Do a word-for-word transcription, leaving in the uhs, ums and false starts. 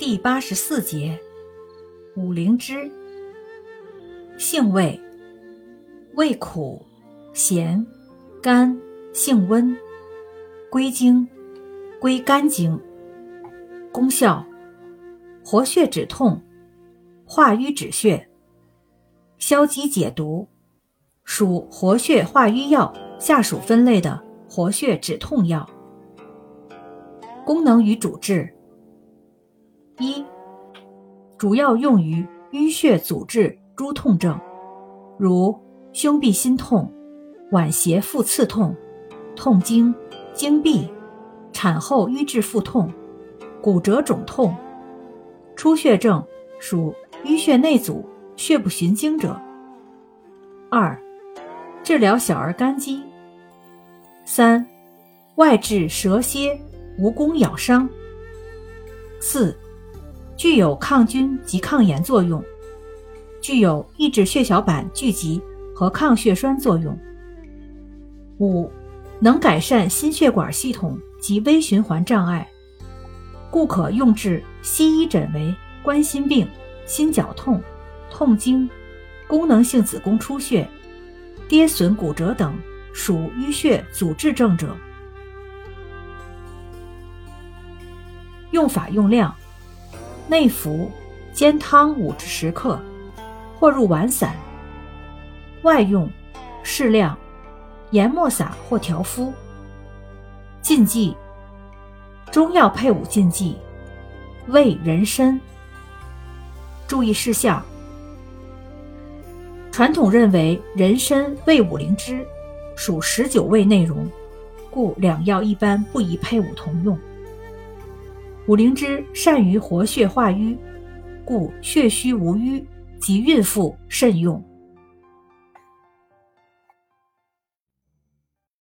第八十四节五灵芝。性味：味苦、咸、甘，性温，归经：归肝经。功效：活血止痛，化瘀止血，消积解毒，属活血化瘀药下属分类的活血止痛药。功能与主治：一、主要用于淤血阻滞诸痛症，如胸痹心痛、脘胁腹刺痛、痛经、经闭、产后瘀滞腹痛、骨折肿痛。出血症属淤血内阻、血不循经者。二、治疗小儿疳疾。三、外治蛇蝎、蜈蚣咬伤。四、具有抗菌及抗炎作用，具有抑制血小板聚集和抗血栓作用。五、能改善心血管系统及微循环障碍，故可用治西医诊为冠心病、心绞痛、痛经、功能性子宫出血、跌损骨折等属淤血阻滞症者。用法用量：内服煎汤五至十克，或入丸散；外用适量，研末撒或调敷。禁忌：中药配伍禁忌，味人参。注意事项：传统认为人参味五灵芝属十九味内容，故两药一般不宜配伍同用。五灵芝善于活血化瘀，故血虚无瘀及孕妇慎用。